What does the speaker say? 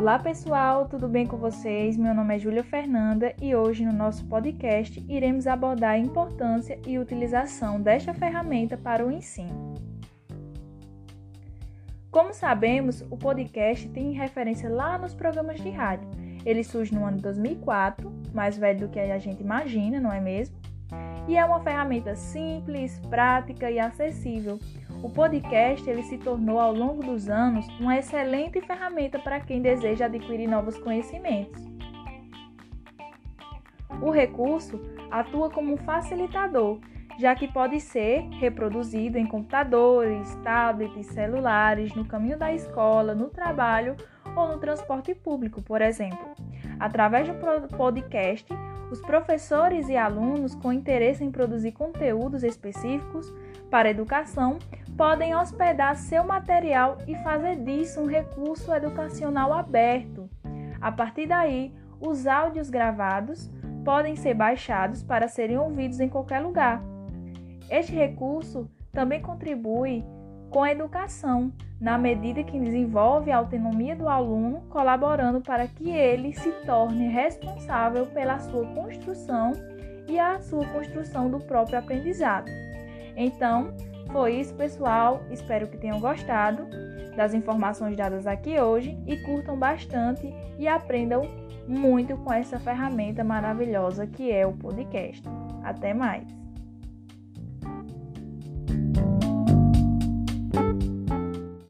Olá pessoal, tudo bem com vocês? Meu nome é Júlia Fernanda e hoje no nosso podcast iremos abordar a importância e utilização desta ferramenta para o ensino. Como sabemos, o podcast tem referência lá nos programas de rádio. Ele surge no ano de 2004, mais velho do que a gente imagina, não é mesmo? E é uma ferramenta simples, prática e acessível. O podcast ele se tornou ao longo dos anos uma excelente ferramenta para quem deseja adquirir novos conhecimentos. O recurso atua como um facilitador, já que pode ser reproduzido em computadores, tablets, celulares, no caminho da escola, no trabalho ou no transporte público, por exemplo. Através do podcast, os professores e alunos com interesse em produzir conteúdos específicos para a educação podem hospedar seu material e fazer disso um recurso educacional aberto. A partir daí, os áudios gravados podem ser baixados para serem ouvidos em qualquer lugar. Este recurso também contribui com a educação, na medida que desenvolve a autonomia do aluno, colaborando para que ele se torne responsável pela sua construção e a sua construção do próprio aprendizado. Então, foi isso, pessoal. Espero que tenham gostado das informações dadas aqui hoje e curtam bastante e aprendam muito com essa ferramenta maravilhosa que é o podcast. Até mais!